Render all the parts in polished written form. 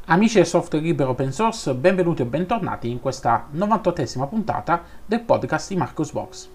Amici del software libero open source, benvenuti o bentornati in questa 98esima puntata del podcast di Marcosbox.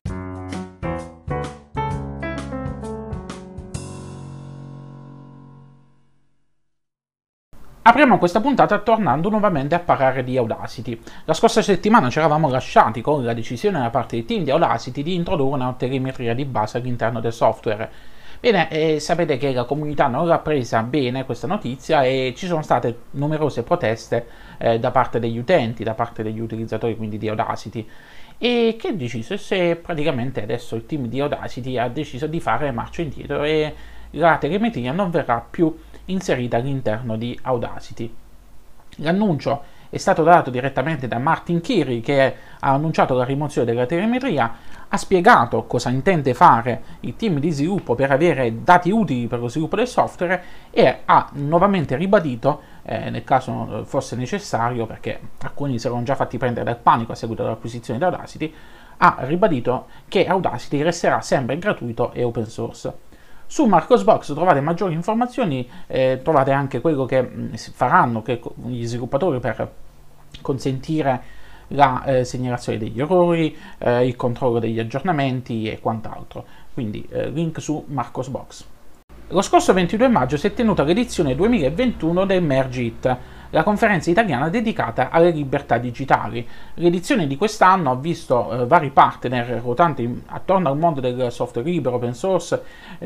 Apriamo questa puntata tornando nuovamente a parlare di Audacity. La scorsa settimana ci eravamo lasciati con la decisione da parte del team di Audacity di introdurre una telemetria di base all'interno del software. Bene, sapete che la comunità non l'ha presa bene questa notizia e ci sono state numerose proteste da parte degli utenti, da parte degli utilizzatori quindi di Audacity, e che ha deciso se praticamente adesso il team di Audacity ha deciso di fare marcia indietro e la telemetria non verrà più inserita all'interno di Audacity. L'annuncio è stato dato direttamente da Martin Keary, che ha annunciato la rimozione della telemetria, ha spiegato cosa intende fare il team di sviluppo per avere dati utili per lo sviluppo del software e ha nuovamente ribadito, nel caso fosse necessario, perché alcuni si erano già fatti prendere dal panico a seguito dell'acquisizione di Audacity, ha ribadito che Audacity resterà sempre gratuito e open source. Su Marcosbox trovate maggiori informazioni, trovate anche quello che faranno gli sviluppatori per consentire la segnalazione degli errori, il controllo degli aggiornamenti e quant'altro. Quindi link su Marcosbox. Lo scorso 22 maggio si è tenuta l'edizione 2021 del Merge-It, la conferenza italiana dedicata alle libertà digitali. L'edizione di quest'anno ha visto vari partner ruotanti attorno al mondo del software libero, open source,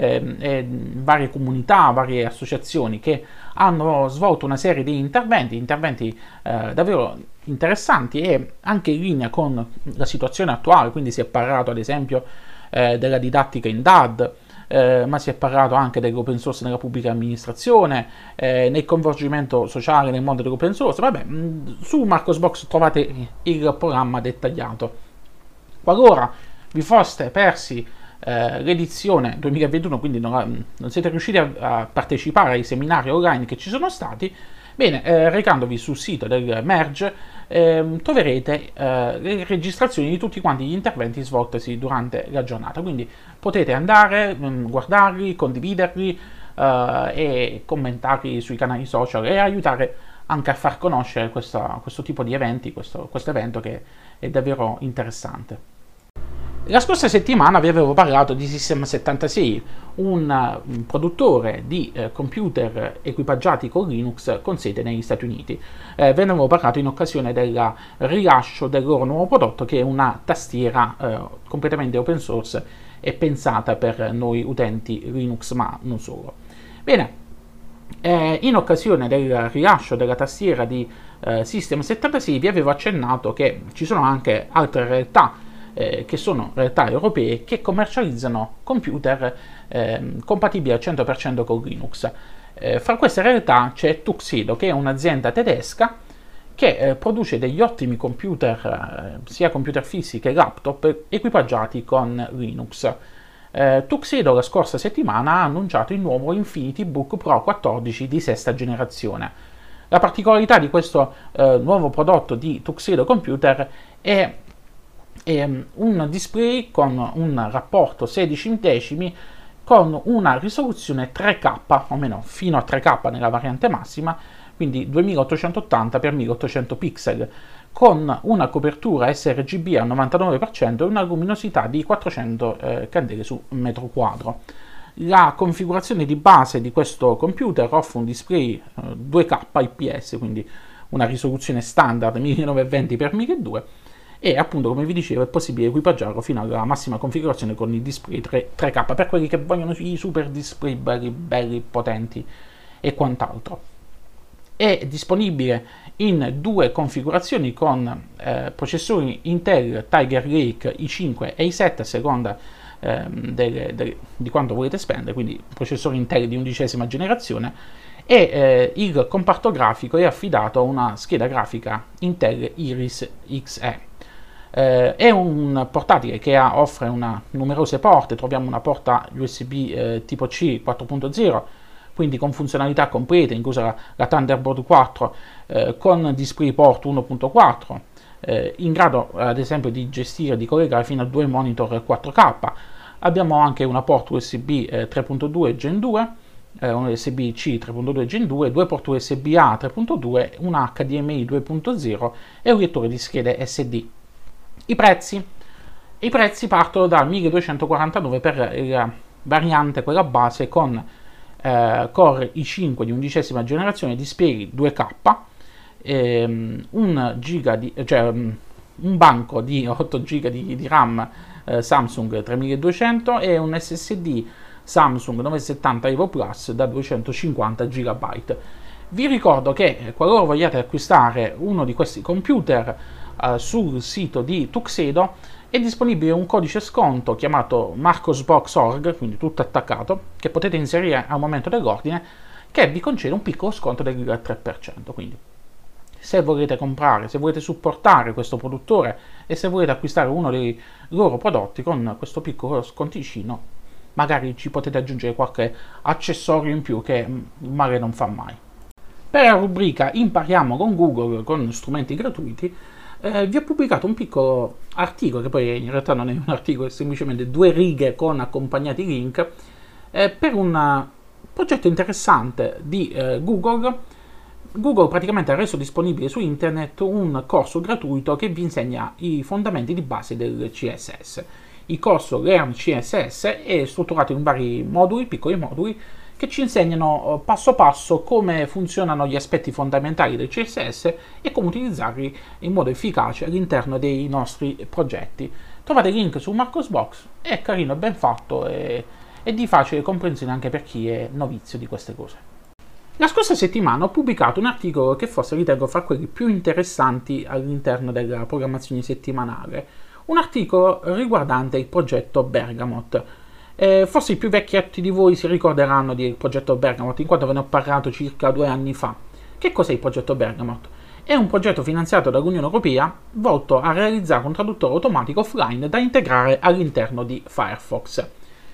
varie comunità, varie associazioni che hanno svolto una serie di interventi davvero interessanti e anche in linea con la situazione attuale. Quindi si è parlato ad esempio della didattica in DAD, ma si è parlato anche dell'open source nella pubblica amministrazione, nel coinvolgimento sociale nel mondo dell'open source. Vabbè, su Marcosbox trovate il programma dettagliato. Qualora vi foste persi l'edizione 2021, quindi non siete riusciti a partecipare ai seminari online che ci sono stati, bene, recandovi sul sito del Merge troverete le registrazioni di tutti quanti gli interventi svoltisi durante la giornata, quindi potete andare, guardarli, condividerli e commentarli sui canali social e aiutare anche a far conoscere questo tipo di eventi, questo evento che è davvero interessante. La scorsa settimana vi avevo parlato di System76, un produttore di computer equipaggiati con Linux con sede negli Stati Uniti. Ve ne avevo parlato in occasione del rilascio del loro nuovo prodotto, che è una tastiera completamente open source e pensata per noi utenti Linux, ma non solo. Bene, in occasione del rilascio della tastiera di System76 vi avevo accennato che ci sono anche altre realtà che sono realtà europee che commercializzano computer compatibili al 100% con Linux. Fra queste realtà c'è Tuxedo, che è un'azienda tedesca che produce degli ottimi computer, sia computer fissi che laptop, equipaggiati con Linux. Tuxedo la scorsa settimana ha annunciato il nuovo Infinity Book Pro 14 di sesta generazione. La particolarità di questo nuovo prodotto di Tuxedo Computer è un display con un rapporto 16 decimi con una risoluzione 3K, o meno fino a 3K nella variante massima, quindi 2880 x 1800 pixel, con una copertura sRGB al 99% e una luminosità di 400 candele su metro quadro. La configurazione di base di questo computer offre un display 2K IPS, quindi una risoluzione standard 1920 x 1200, e appunto, come vi dicevo, è possibile equipaggiarlo fino alla massima configurazione con il display 3K per quelli che vogliono i super display belli potenti e quant'altro. È disponibile in due configurazioni con processori Intel Tiger Lake i5 e i7 a seconda di quanto volete spendere, quindi processori Intel di 11ª generazione, e il comparto grafico è affidato a una scheda grafica Intel Iris Xe. È un portatile che offre numerose porte. Troviamo una porta USB tipo C 4.0, quindi con funzionalità complete, inclusa la Thunderbolt 4, con DisplayPort 1.4, in grado ad esempio di gestire e di collegare fino a 2 monitor 4K. Abbiamo anche una port USB 3.2 Gen 2, un USB-C 3.2 Gen 2, due porti USB-A 3.2, un HDMI 2.0 e un lettore di schede SD. I prezzi partono dal 1249 per la variante, quella base, con Core i5 di 11ª generazione, display 2K, un banco di 8 GB di RAM Samsung 3200 e un SSD Samsung 970 Evo Plus da 250 GB. Vi ricordo che qualora vogliate acquistare uno di questi computer sul sito di Tuxedo è disponibile un codice sconto chiamato marcosbox.org, quindi tutto attaccato, che potete inserire al momento dell'ordine, che vi concede un piccolo sconto del 3%. Quindi se volete comprare, se volete supportare questo produttore e se volete acquistare uno dei loro prodotti con questo piccolo sconticino, magari ci potete aggiungere qualche accessorio in più che male non fa mai. Per la rubrica Impariamo con Google con strumenti gratuiti, vi ho pubblicato un piccolo articolo, che poi in realtà non è un articolo, è semplicemente 2 righe con accompagnati link, per un progetto interessante di Google. Google praticamente ha reso disponibile su internet un corso gratuito che vi insegna i fondamenti di base del CSS. Il corso Learn CSS è strutturato in vari moduli, piccoli moduli, che ci insegnano passo passo come funzionano gli aspetti fondamentali del CSS e come utilizzarli in modo efficace all'interno dei nostri progetti. Trovate il link su Marcosbox, è carino, è ben fatto e di facile comprensione anche per chi è novizio di queste cose. La scorsa settimana ho pubblicato un articolo che forse ritengo fra quelli più interessanti all'interno della programmazione settimanale, un articolo riguardante il progetto Bergamot. Forse i più vecchietti di voi si ricorderanno del progetto Bergamot, in quanto ve ne ho parlato circa 2 anni fa. Che cos'è il progetto Bergamot? È un progetto finanziato dall'Unione Europea volto a realizzare un traduttore automatico offline da integrare all'interno di Firefox.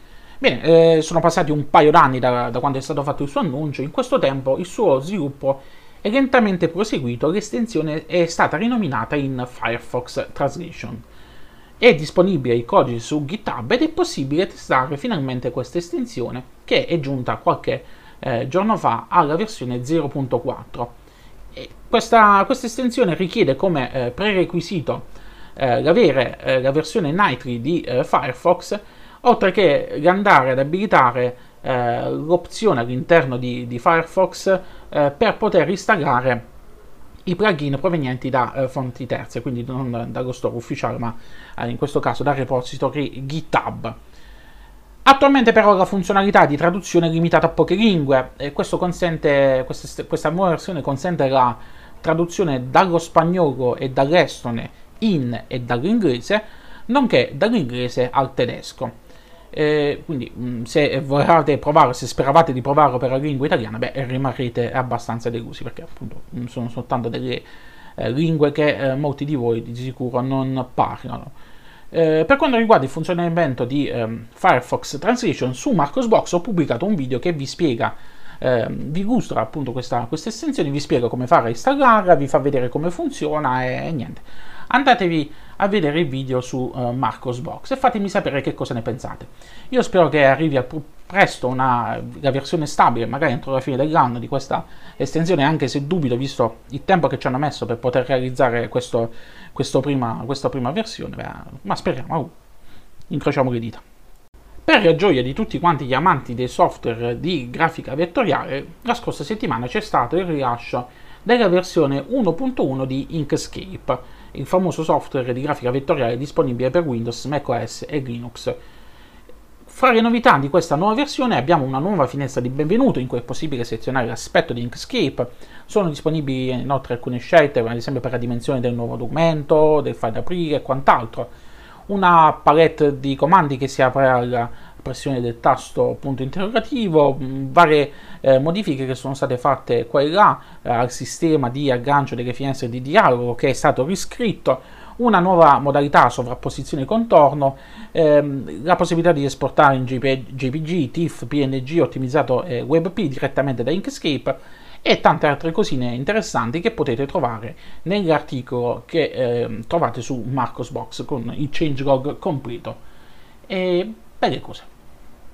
Bene, sono passati un paio d'anni da quando è stato fatto il suo annuncio. In questo tempo il suo sviluppo è lentamente proseguito, l'estensione è stata rinominata in Firefox Translation. È disponibile il codice su GitHub ed è possibile testare finalmente questa estensione, che è giunta qualche giorno fa alla versione 0.4. Questa estensione richiede come prerequisito l'avere la versione Nightly di Firefox, oltre che andare ad abilitare l'opzione all'interno di Firefox per poter installare i plugin provenienti da fonti terze, quindi non dallo store ufficiale, ma in questo caso dal repository GitHub. Attualmente però la funzionalità di traduzione è limitata a poche lingue e questa nuova versione consente la traduzione dallo spagnolo e dall'estone e dall'inglese, nonché dall'inglese al tedesco. Quindi se volevate provare, se speravate di provarlo per la lingua italiana, rimarrete abbastanza delusi, perché appunto sono soltanto delle lingue che molti di voi di sicuro non parlano. Per quanto riguarda il funzionamento di Firefox Translation, su Marcosbox ho pubblicato un video che vi spiega, vi illustra appunto questa estensione, vi spiega come fare a installarla, vi fa vedere come funziona e niente. Andatevi a vedere il video su Marcosbox e fatemi sapere che cosa ne pensate. Io spero che arrivi al presto la versione stabile, magari entro la fine dell'anno, di questa estensione, anche se dubito visto il tempo che ci hanno messo per poter realizzare questa prima versione, ma speriamo, incrociamo le dita. Per la gioia di tutti quanti gli amanti dei software di grafica vettoriale, la scorsa settimana c'è stato il rilascio della versione 1.1 di Inkscape, il famoso software di grafica vettoriale disponibile per Windows, macOS e Linux. Fra le novità di questa nuova versione abbiamo una nuova finestra di benvenuto in cui è possibile selezionare l'aspetto di Inkscape. Sono disponibili inoltre alcune scelte, ad esempio per la dimensione del nuovo documento, del file da aprire e quant'altro. Una palette di comandi che si apre alla pressione del tasto punto interrogativo, varie modifiche che sono state fatte qua e là al sistema di aggancio delle finestre di dialogo che è stato riscritto, una nuova modalità sovrapposizione contorno, la possibilità di esportare in JPG, TIFF, PNG ottimizzato WebP direttamente da Inkscape e tante altre cosine interessanti che potete trovare nell'articolo che trovate su Marcosbox con il changelog completo. E belle cose.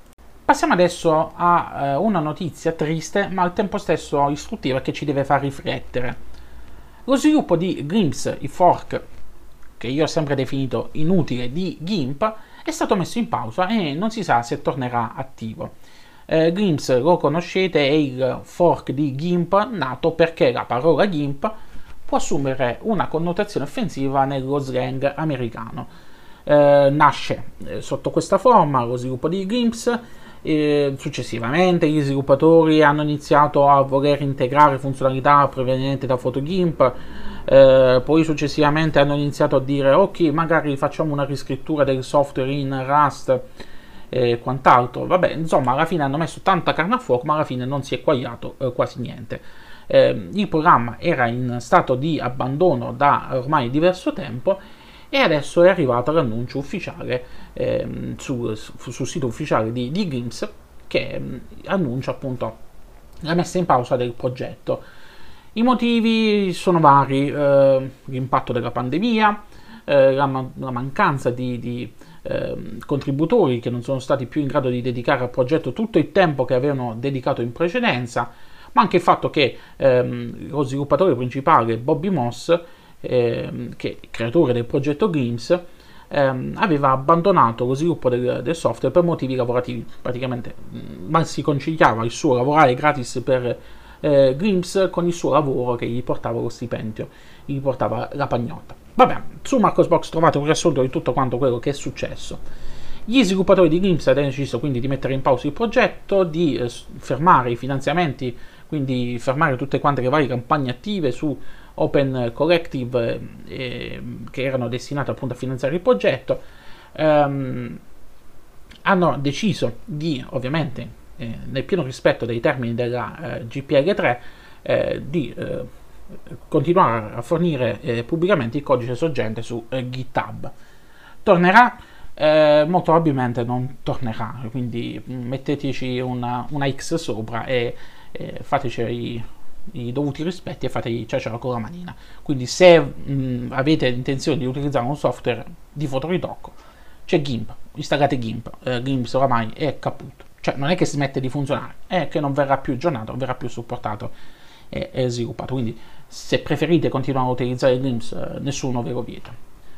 Passiamo adesso a una notizia triste, ma al tempo stesso istruttiva, che ci deve far riflettere. Lo sviluppo di Glimpse, il fork, che io ho sempre definito inutile, di GIMP, è stato messo in pausa e non si sa se tornerà attivo. Glimpse, lo conoscete, è il fork di GIMP nato perché la parola GIMP può assumere una connotazione offensiva nello slang americano. Nasce sotto questa forma lo sviluppo di Glimpse. Successivamente gli sviluppatori hanno iniziato a voler integrare funzionalità provenienti da PhotoGIMP, poi successivamente hanno iniziato a dire ok, magari facciamo una riscrittura del software in Rust e quant'altro. Vabbè, insomma, alla fine hanno messo tanta carne a fuoco, ma alla fine non si è quagliato quasi niente. Il programma era in stato di abbandono da ormai diverso tempo e adesso è arrivato l'annuncio ufficiale sul sito ufficiale di Glimpse, che annuncia appunto la messa in pausa del progetto. I motivi sono vari: l'impatto della pandemia, la mancanza di contributori che non sono stati più in grado di dedicare al progetto tutto il tempo che avevano dedicato in precedenza, ma anche il fatto che lo sviluppatore principale, Bobby Moss, che è creatore del progetto Glimpse, aveva abbandonato lo sviluppo del software per motivi lavorativi. Praticamente ma si conciliava il suo lavorare gratis per Glimpse con il suo lavoro che gli portava lo stipendio, gli portava la pagnotta. Vabbè, su Marcosbox trovate un riassunto di tutto quanto quello che è successo. Gli sviluppatori di Glimpse hanno deciso quindi di mettere in pausa il progetto, di fermare i finanziamenti, quindi fermare tutte quante le varie campagne attive su Open Collective che erano destinate appunto a finanziare il progetto. Hanno deciso di, ovviamente nel pieno rispetto dei termini della GPL3, di continuare a fornire pubblicamente il codice sorgente su GitHub. Tornerà? Molto probabilmente non tornerà, quindi metteteci una X sopra e fateci i dovuti rispetti e fategli ciacciare con la manina. Quindi se avete intenzione di utilizzare un software di fotoritocco, c'è GIMP, installate GIMP. GIMP oramai è caput, cioè non è che smette di funzionare, è che non verrà più aggiornato, non verrà più supportato e sviluppato. Quindi se preferite continuare a utilizzare GIMP, nessuno ve lo vieta.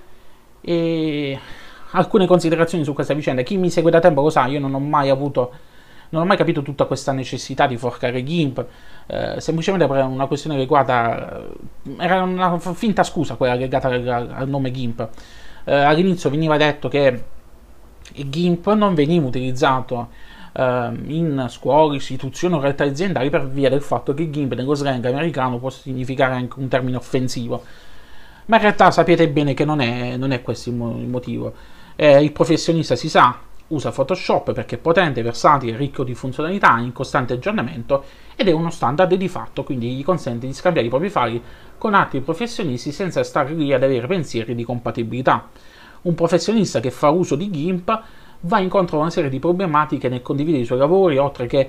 E alcune considerazioni su questa vicenda: chi mi segue da tempo lo sa, io non ho mai capito tutta questa necessità di forcare GIMP, semplicemente per una questione che riguarda, era una finta scusa quella legata al nome GIMP. All'inizio veniva detto che GIMP non veniva utilizzato in scuole, istituzioni o realtà aziendali per via del fatto che GIMP nello slang americano può significare anche un termine offensivo, ma in realtà sapete bene che non è questo il motivo. Il professionista, si sa, usa Photoshop perché è potente, versatile, ricco di funzionalità, in costante aggiornamento ed è uno standard di fatto, quindi gli consente di scambiare i propri file con altri professionisti senza stare lì ad avere pensieri di compatibilità. Un professionista che fa uso di GIMP va incontro a una serie di problematiche nel condividere i suoi lavori, oltre che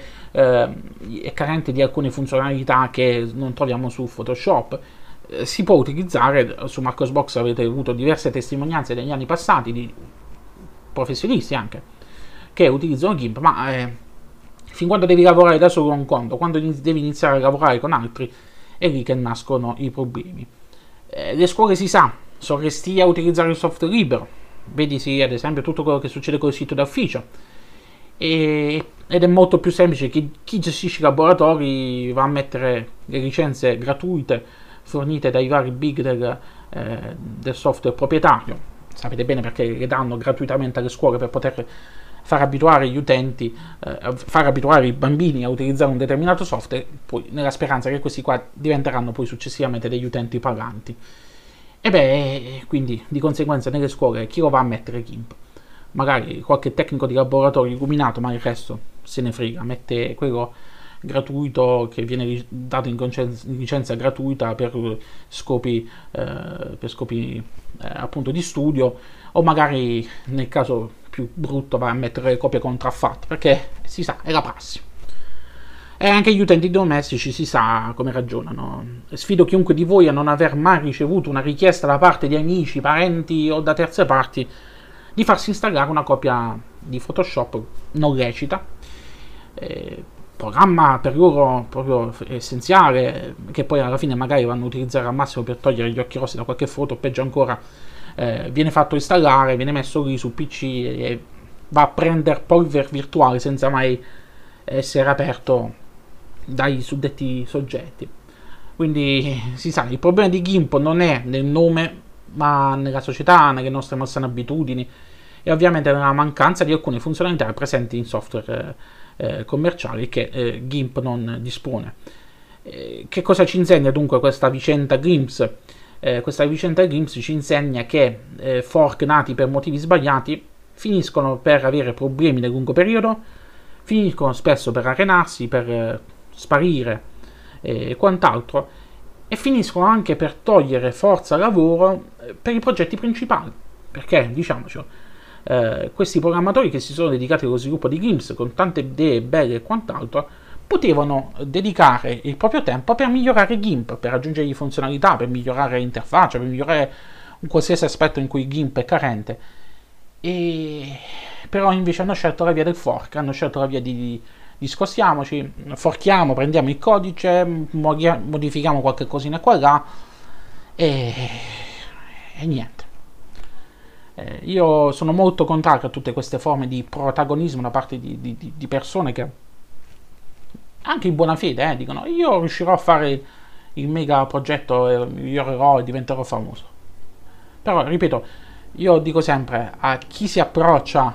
è carente di alcune funzionalità che non troviamo su Photoshop. Si può utilizzare, su Marcosbox avete avuto diverse testimonianze negli anni passati di professionisti anche che utilizzano GIMP, ma fin quando devi lavorare da solo un conto, quando devi iniziare a lavorare con altri è lì che nascono i problemi. Le scuole, si sa, sono restie a utilizzare il software libero, vedisi ad esempio tutto quello che succede col sito d'ufficio, ed è molto più semplice che chi gestisce i laboratori va a mettere le licenze gratuite fornite dai vari big del software proprietario. Sapete bene perché le danno gratuitamente alle scuole, per poter far abituare gli utenti, far abituare i bambini a utilizzare un determinato software, poi nella speranza che questi qua diventeranno poi successivamente degli utenti paganti. E quindi di conseguenza nelle scuole chi lo va a mettere GIMP? Magari qualche tecnico di laboratorio illuminato, ma il resto se ne frega, mette quello gratuito che viene dato in licenza gratuita per scopi appunto di studio, o magari nel caso più brutto va a mettere le copie contraffatte, perché si sa, è la prassi. E anche gli utenti domestici si sa come ragionano. Sfido chiunque di voi a non aver mai ricevuto una richiesta da parte di amici, parenti o da terze parti di farsi installare una copia di Photoshop non lecita programma per loro proprio essenziale, che poi alla fine magari vanno a utilizzare al massimo per togliere gli occhi rossi da qualche foto, o peggio ancora viene fatto installare, viene messo lì sul PC e va a prendere polvere virtuale senza mai essere aperto dai suddetti soggetti. Quindi si sa, il problema di GIMP non è nel nome, ma nella società, nelle nostre malsane abitudini e ovviamente nella mancanza di alcune funzionalità presenti in software commerciali che GIMP non dispone. Che cosa ci insegna dunque questa vicenda Glimpse? Questa vicenda Glimpse ci insegna che fork nati per motivi sbagliati finiscono per avere problemi nel lungo periodo, finiscono spesso per arenarsi, per sparire e quant'altro, e finiscono anche per togliere forza lavoro per i progetti principali, perché diciamocelo, questi programmatori che si sono dedicati allo sviluppo di Glimpse con tante idee belle e quant'altro potevano dedicare il proprio tempo per migliorare GIMP, per aggiungergli funzionalità, per migliorare l'interfaccia, per migliorare un qualsiasi aspetto in cui GIMP è carente. E però invece hanno scelto la via del fork, hanno scelto la via di discostiamoci, forchiamo, prendiamo il codice, modifichiamo qualche cosina qua e là e niente. Io sono molto contrario a tutte queste forme di protagonismo da parte di persone che anche in buona fede dicono io riuscirò a fare il mega progetto, migliorerò e diventerò famoso. Però ripeto, io dico sempre a chi si approccia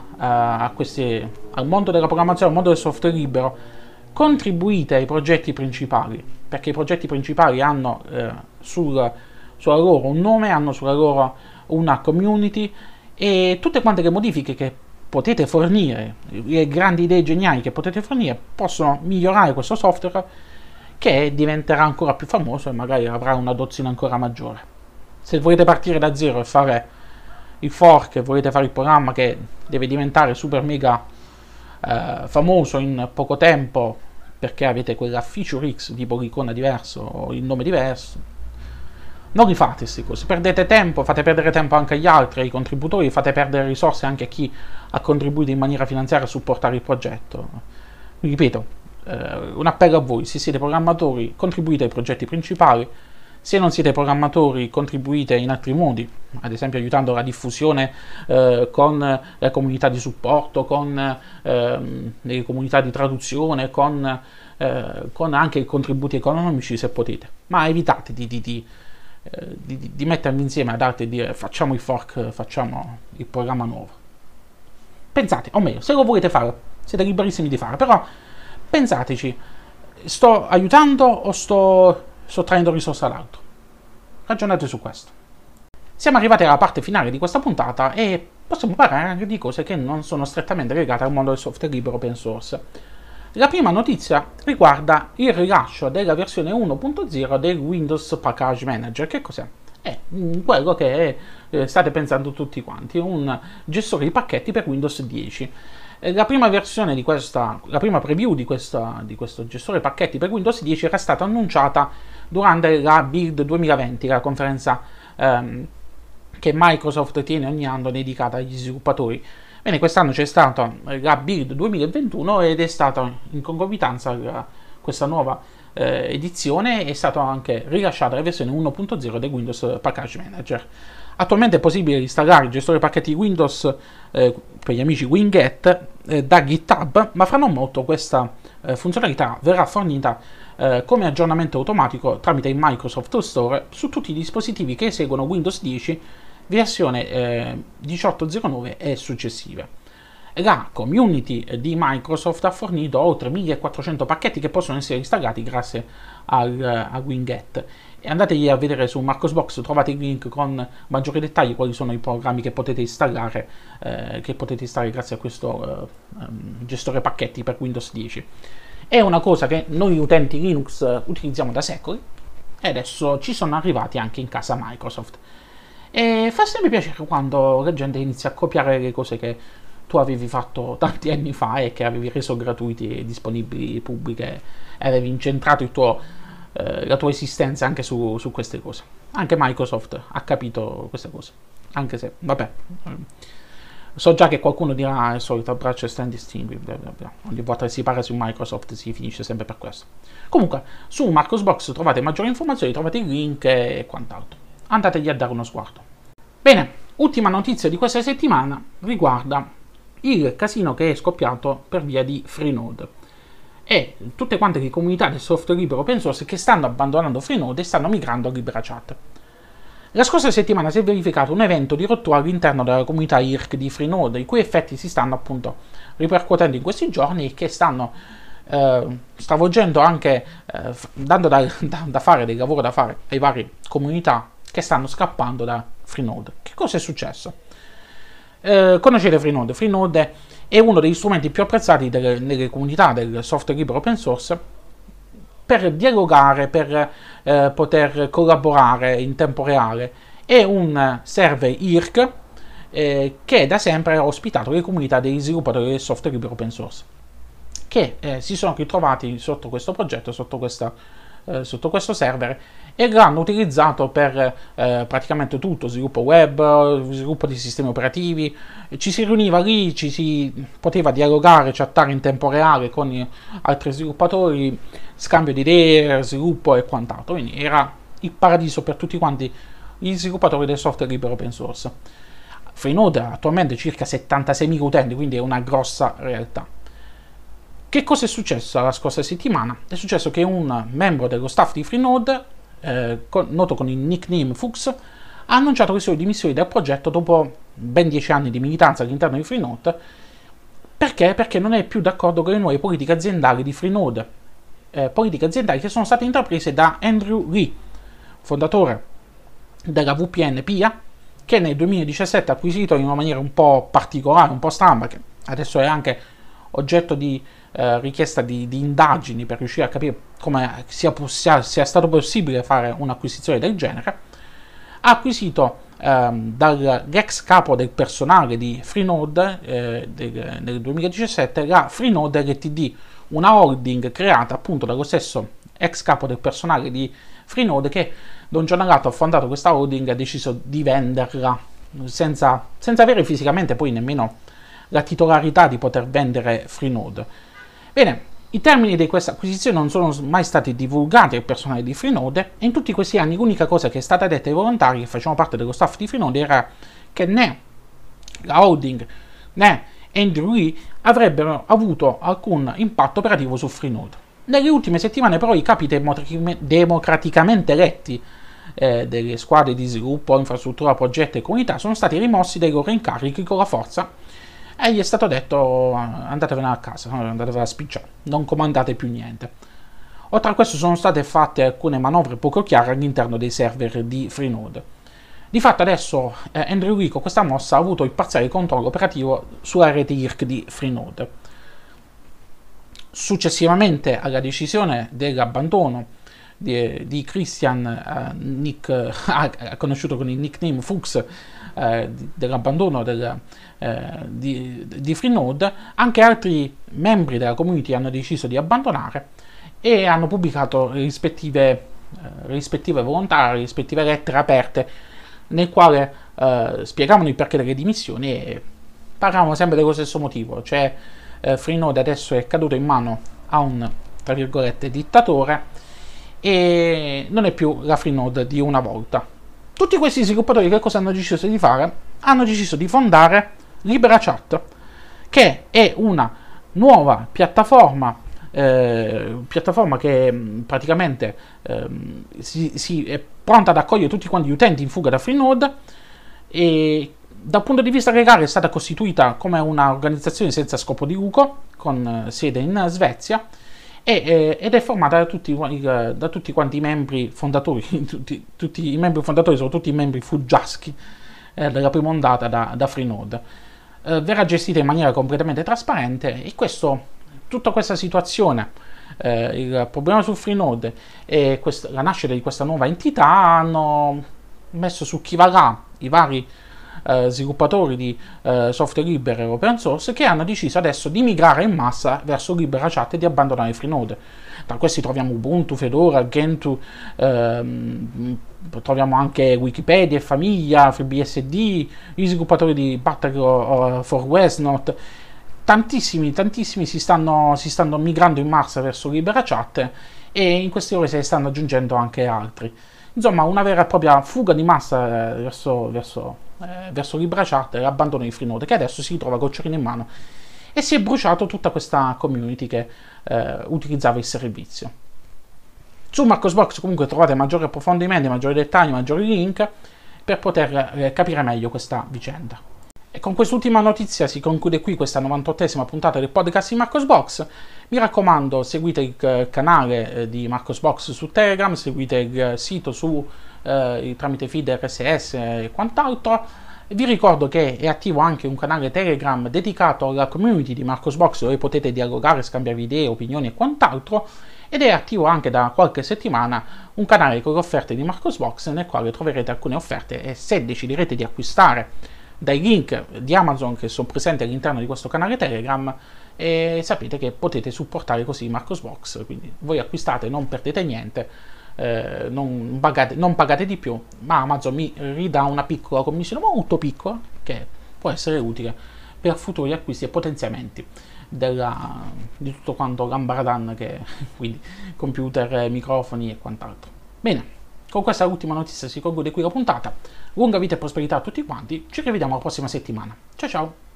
al mondo della programmazione, al mondo del software libero, contribuite ai progetti principali, perché i progetti principali hanno sulla loro un nome, hanno sulla loro una community, e tutte quante le modifiche che potete fornire, le grandi idee geniali che potete fornire, possono migliorare questo software che diventerà ancora più famoso e magari avrà un'adozione ancora maggiore. Se volete partire da zero e fare il fork, volete fare il programma che deve diventare super mega famoso in poco tempo perché avete quella feature X tipo l'icona diversa o il nome diverso, non rifate queste cose, perdete tempo, fate perdere tempo anche agli altri, ai contributori, fate perdere risorse anche a chi ha contribuito in maniera finanziaria a supportare il progetto. Ripeto, un appello a voi: se siete programmatori contribuite ai progetti principali, se non siete programmatori contribuite in altri modi, ad esempio aiutando la diffusione con la comunità di supporto, con le comunità di traduzione, con anche contributi economici se potete, ma evitate di mettervi insieme ad altri e dire facciamo il fork, facciamo il programma nuovo. Pensate, o meglio, se lo volete fare siete liberissimi di fare, però pensateci, sto aiutando o sto sottraendo risorse all'altro? Ragionate su questo. Siamo arrivati alla parte finale di questa puntata e possiamo parlare anche di cose che non sono strettamente legate al mondo del software libero open source. La prima notizia riguarda il rilascio della versione 1.0 del Windows Package Manager. Che cos'è? È quello che state pensando tutti quanti, un gestore di pacchetti per Windows 10. La prima versione di la prima preview di questo gestore pacchetti per Windows 10 era stata annunciata durante la Build 2020, la conferenza che Microsoft tiene ogni anno dedicata agli sviluppatori. Bene, quest'anno c'è stata la Build 2021 ed è stata in concomitanza questa nuova edizione, è stata anche rilasciata la versione 1.0 del Windows Package Manager. Attualmente è possibile installare il gestore pacchetti Windows per gli amici Winget da GitHub, ma fra non molto questa funzionalità verrà fornita come aggiornamento automatico tramite il Microsoft Store su tutti i dispositivi che eseguono Windows 10 versione 18.09 e successive. La community di Microsoft ha fornito oltre 1400 pacchetti che possono essere installati grazie a Winget. E andategli a vedere su Marcosbox, trovate il link con maggiori dettagli quali sono i programmi che potete installare grazie a questo gestore pacchetti per Windows 10. È una cosa che noi utenti Linux utilizziamo da secoli e adesso ci sono arrivati anche in casa Microsoft. E fa sempre piacere quando la gente inizia a copiare le cose che tu avevi fatto tanti anni fa e che avevi reso gratuiti e disponibili pubbliche e avevi incentrato la tua esistenza anche su queste cose. Anche Microsoft ha capito queste cose, anche se, vabbè, So già che qualcuno dirà il solito abbraccio e stand distinguibili, bla bla bla. Ogni volta che si parla su Microsoft si finisce sempre per questo. Comunque, su Marcosbox trovate maggiori informazioni, trovate il link e quant'altro. Andategli a dare uno sguardo. Bene, ultima notizia di questa settimana riguarda il casino che è scoppiato per via di Freenode e tutte quante le comunità del software libero open source che stanno abbandonando Freenode e stanno migrando a LiberaChat. La scorsa settimana si è verificato un evento di rottura all'interno della comunità IRC di Freenode, i cui effetti si stanno appunto ripercuotendo in questi giorni e che stanno stravolgendo anche, dando da fare, del lavoro da fare ai vari comunità che stanno scappando da Freenode. Che cosa è successo? Conoscete Freenode? Freenode è uno degli strumenti più apprezzati nelle comunità del software libero open source per dialogare, per poter collaborare in tempo reale. È un server IRC che da sempre ha ospitato le comunità degli sviluppatori del software libero open source, che si sono ritrovati sotto questo progetto, sotto questo server, e l'hanno utilizzato per praticamente tutto: sviluppo web, sviluppo di sistemi operativi. Ci si riuniva lì, ci si poteva dialogare, chattare in tempo reale con altri sviluppatori, scambio di idee, sviluppo e quant'altro. Quindi era il paradiso per tutti quanti gli sviluppatori del software libero open source. Freenode ha attualmente circa 76.000 utenti, quindi è una grossa realtà. Che cosa è successo la scorsa settimana? È successo che un membro dello staff di Freenode, noto con il nickname Fuchs, ha annunciato le sue dimissioni dal progetto dopo ben 10 anni di militanza all'interno di Freenode. Perché? Perché non è più d'accordo con le nuove politiche aziendali di Freenode, politiche aziendali che sono state intraprese da Andrew Lee, fondatore della VPN PIA, che nel 2017 ha acquisito in una maniera un po' particolare, un po' strana, che adesso è anche oggetto di richiesta di indagini per riuscire a capire come sia stato possibile fare un'acquisizione del genere. Ha acquisito dall'ex capo del personale di Freenode nel 2017 la Freenode Ltd, una holding creata appunto dallo stesso ex capo del personale di Freenode, che da un giorno all'altro ha fondato questa holding e ha deciso di venderla senza avere fisicamente poi nemmeno la titolarità di poter vendere Freenode. Bene, i termini di questa acquisizione non sono mai stati divulgati al personale di Freenode, e in tutti questi anni l'unica cosa che è stata detta ai volontari che facevano parte dello staff di Freenode era che né la holding né Andrew Lee avrebbero avuto alcun impatto operativo su Freenode. Nelle ultime settimane però i capi democraticamente eletti delle squadre di sviluppo, infrastruttura, progetti e comunità sono stati rimossi dai loro incarichi con la forza, e gli è stato detto: andatevene a casa, andatevene a spicciare, non comandate più niente. Oltre a questo sono state fatte alcune manovre poco chiare all'interno dei server di Freenode. Di fatto adesso Andrew Lee con questa mossa ha avuto il parziale controllo operativo sulla rete IRC di Freenode. Successivamente alla decisione dell'abbandono di Christian, conosciuto con il nickname Fuchs, dell'abbandono di Freenode, anche altri membri della community hanno deciso di abbandonare e hanno pubblicato rispettive volontà, rispettive lettere aperte, nel quale spiegavano il perché delle dimissioni e parlavano sempre dello stesso motivo, cioè Freenode adesso è caduto in mano a un, tra virgolette, dittatore, e non è più la Freenode di una volta. Tutti questi sviluppatori che cosa hanno deciso di fare? Hanno deciso di fondare LiberaChat, che è una nuova piattaforma che praticamente è pronta ad accogliere tutti quanti gli utenti in fuga da Freenode, e dal punto di vista legale è stata costituita come un'organizzazione senza scopo di lucro con sede in Svezia, ed è formata da tutti quanti i membri fondatori. Tutti i membri fondatori sono tutti i membri fuggiaschi della prima ondata da Freenode. Verrà gestita in maniera completamente trasparente, e tutta questa situazione, il problema su Freenode e la nascita di questa nuova entità hanno messo su chi va là i vari sviluppatori di software libero e open source, che hanno deciso adesso di migrare in massa verso LiberaChat e di abbandonare Freenode. Tra questi troviamo Ubuntu, Fedora, Gentoo, troviamo anche Wikipedia, Famiglia, FreeBSD, gli sviluppatori di Battle for Westnot. Tantissimi si stanno migrando in massa verso LiberaChat, e in queste ore se ne stanno aggiungendo anche altri. Insomma, una vera e propria fuga di massa verso LiberaChat e l'abbandono di Freenode, che adesso si ritrova col cerino in mano, e si è bruciato tutta questa community che utilizzava il servizio. Su Marcosbox comunque trovate maggiori approfondimenti, maggiori dettagli, maggiori link per poter capire meglio questa vicenda. E con quest'ultima notizia si conclude qui questa 98esima puntata del podcast di Marcosbox. Mi raccomando, seguite il canale di Marcosbox su Telegram, seguite il sito tramite feed RSS e quant'altro. Vi ricordo che è attivo anche un canale Telegram dedicato alla community di Marcosbox, dove potete dialogare, scambiarvi idee, opinioni e quant'altro, ed è attivo anche da qualche settimana un canale con le offerte di Marcosbox, nel quale troverete alcune offerte, e se deciderete di acquistare dai link di Amazon che sono presenti all'interno di questo canale Telegram, sapete che potete supportare così Marcosbox, quindi voi acquistate, non perdete niente. Non pagate di più, ma Amazon mi ridà una piccola commissione, molto piccola, che può essere utile per futuri acquisti e potenziamenti di tutto quanto l'ambaradan, che quindi computer, microfoni e quant'altro. Bene, con questa ultima notizia si conclude qui la puntata. Lunga vita e prosperità a tutti quanti, ci rivediamo la prossima settimana. Ciao ciao!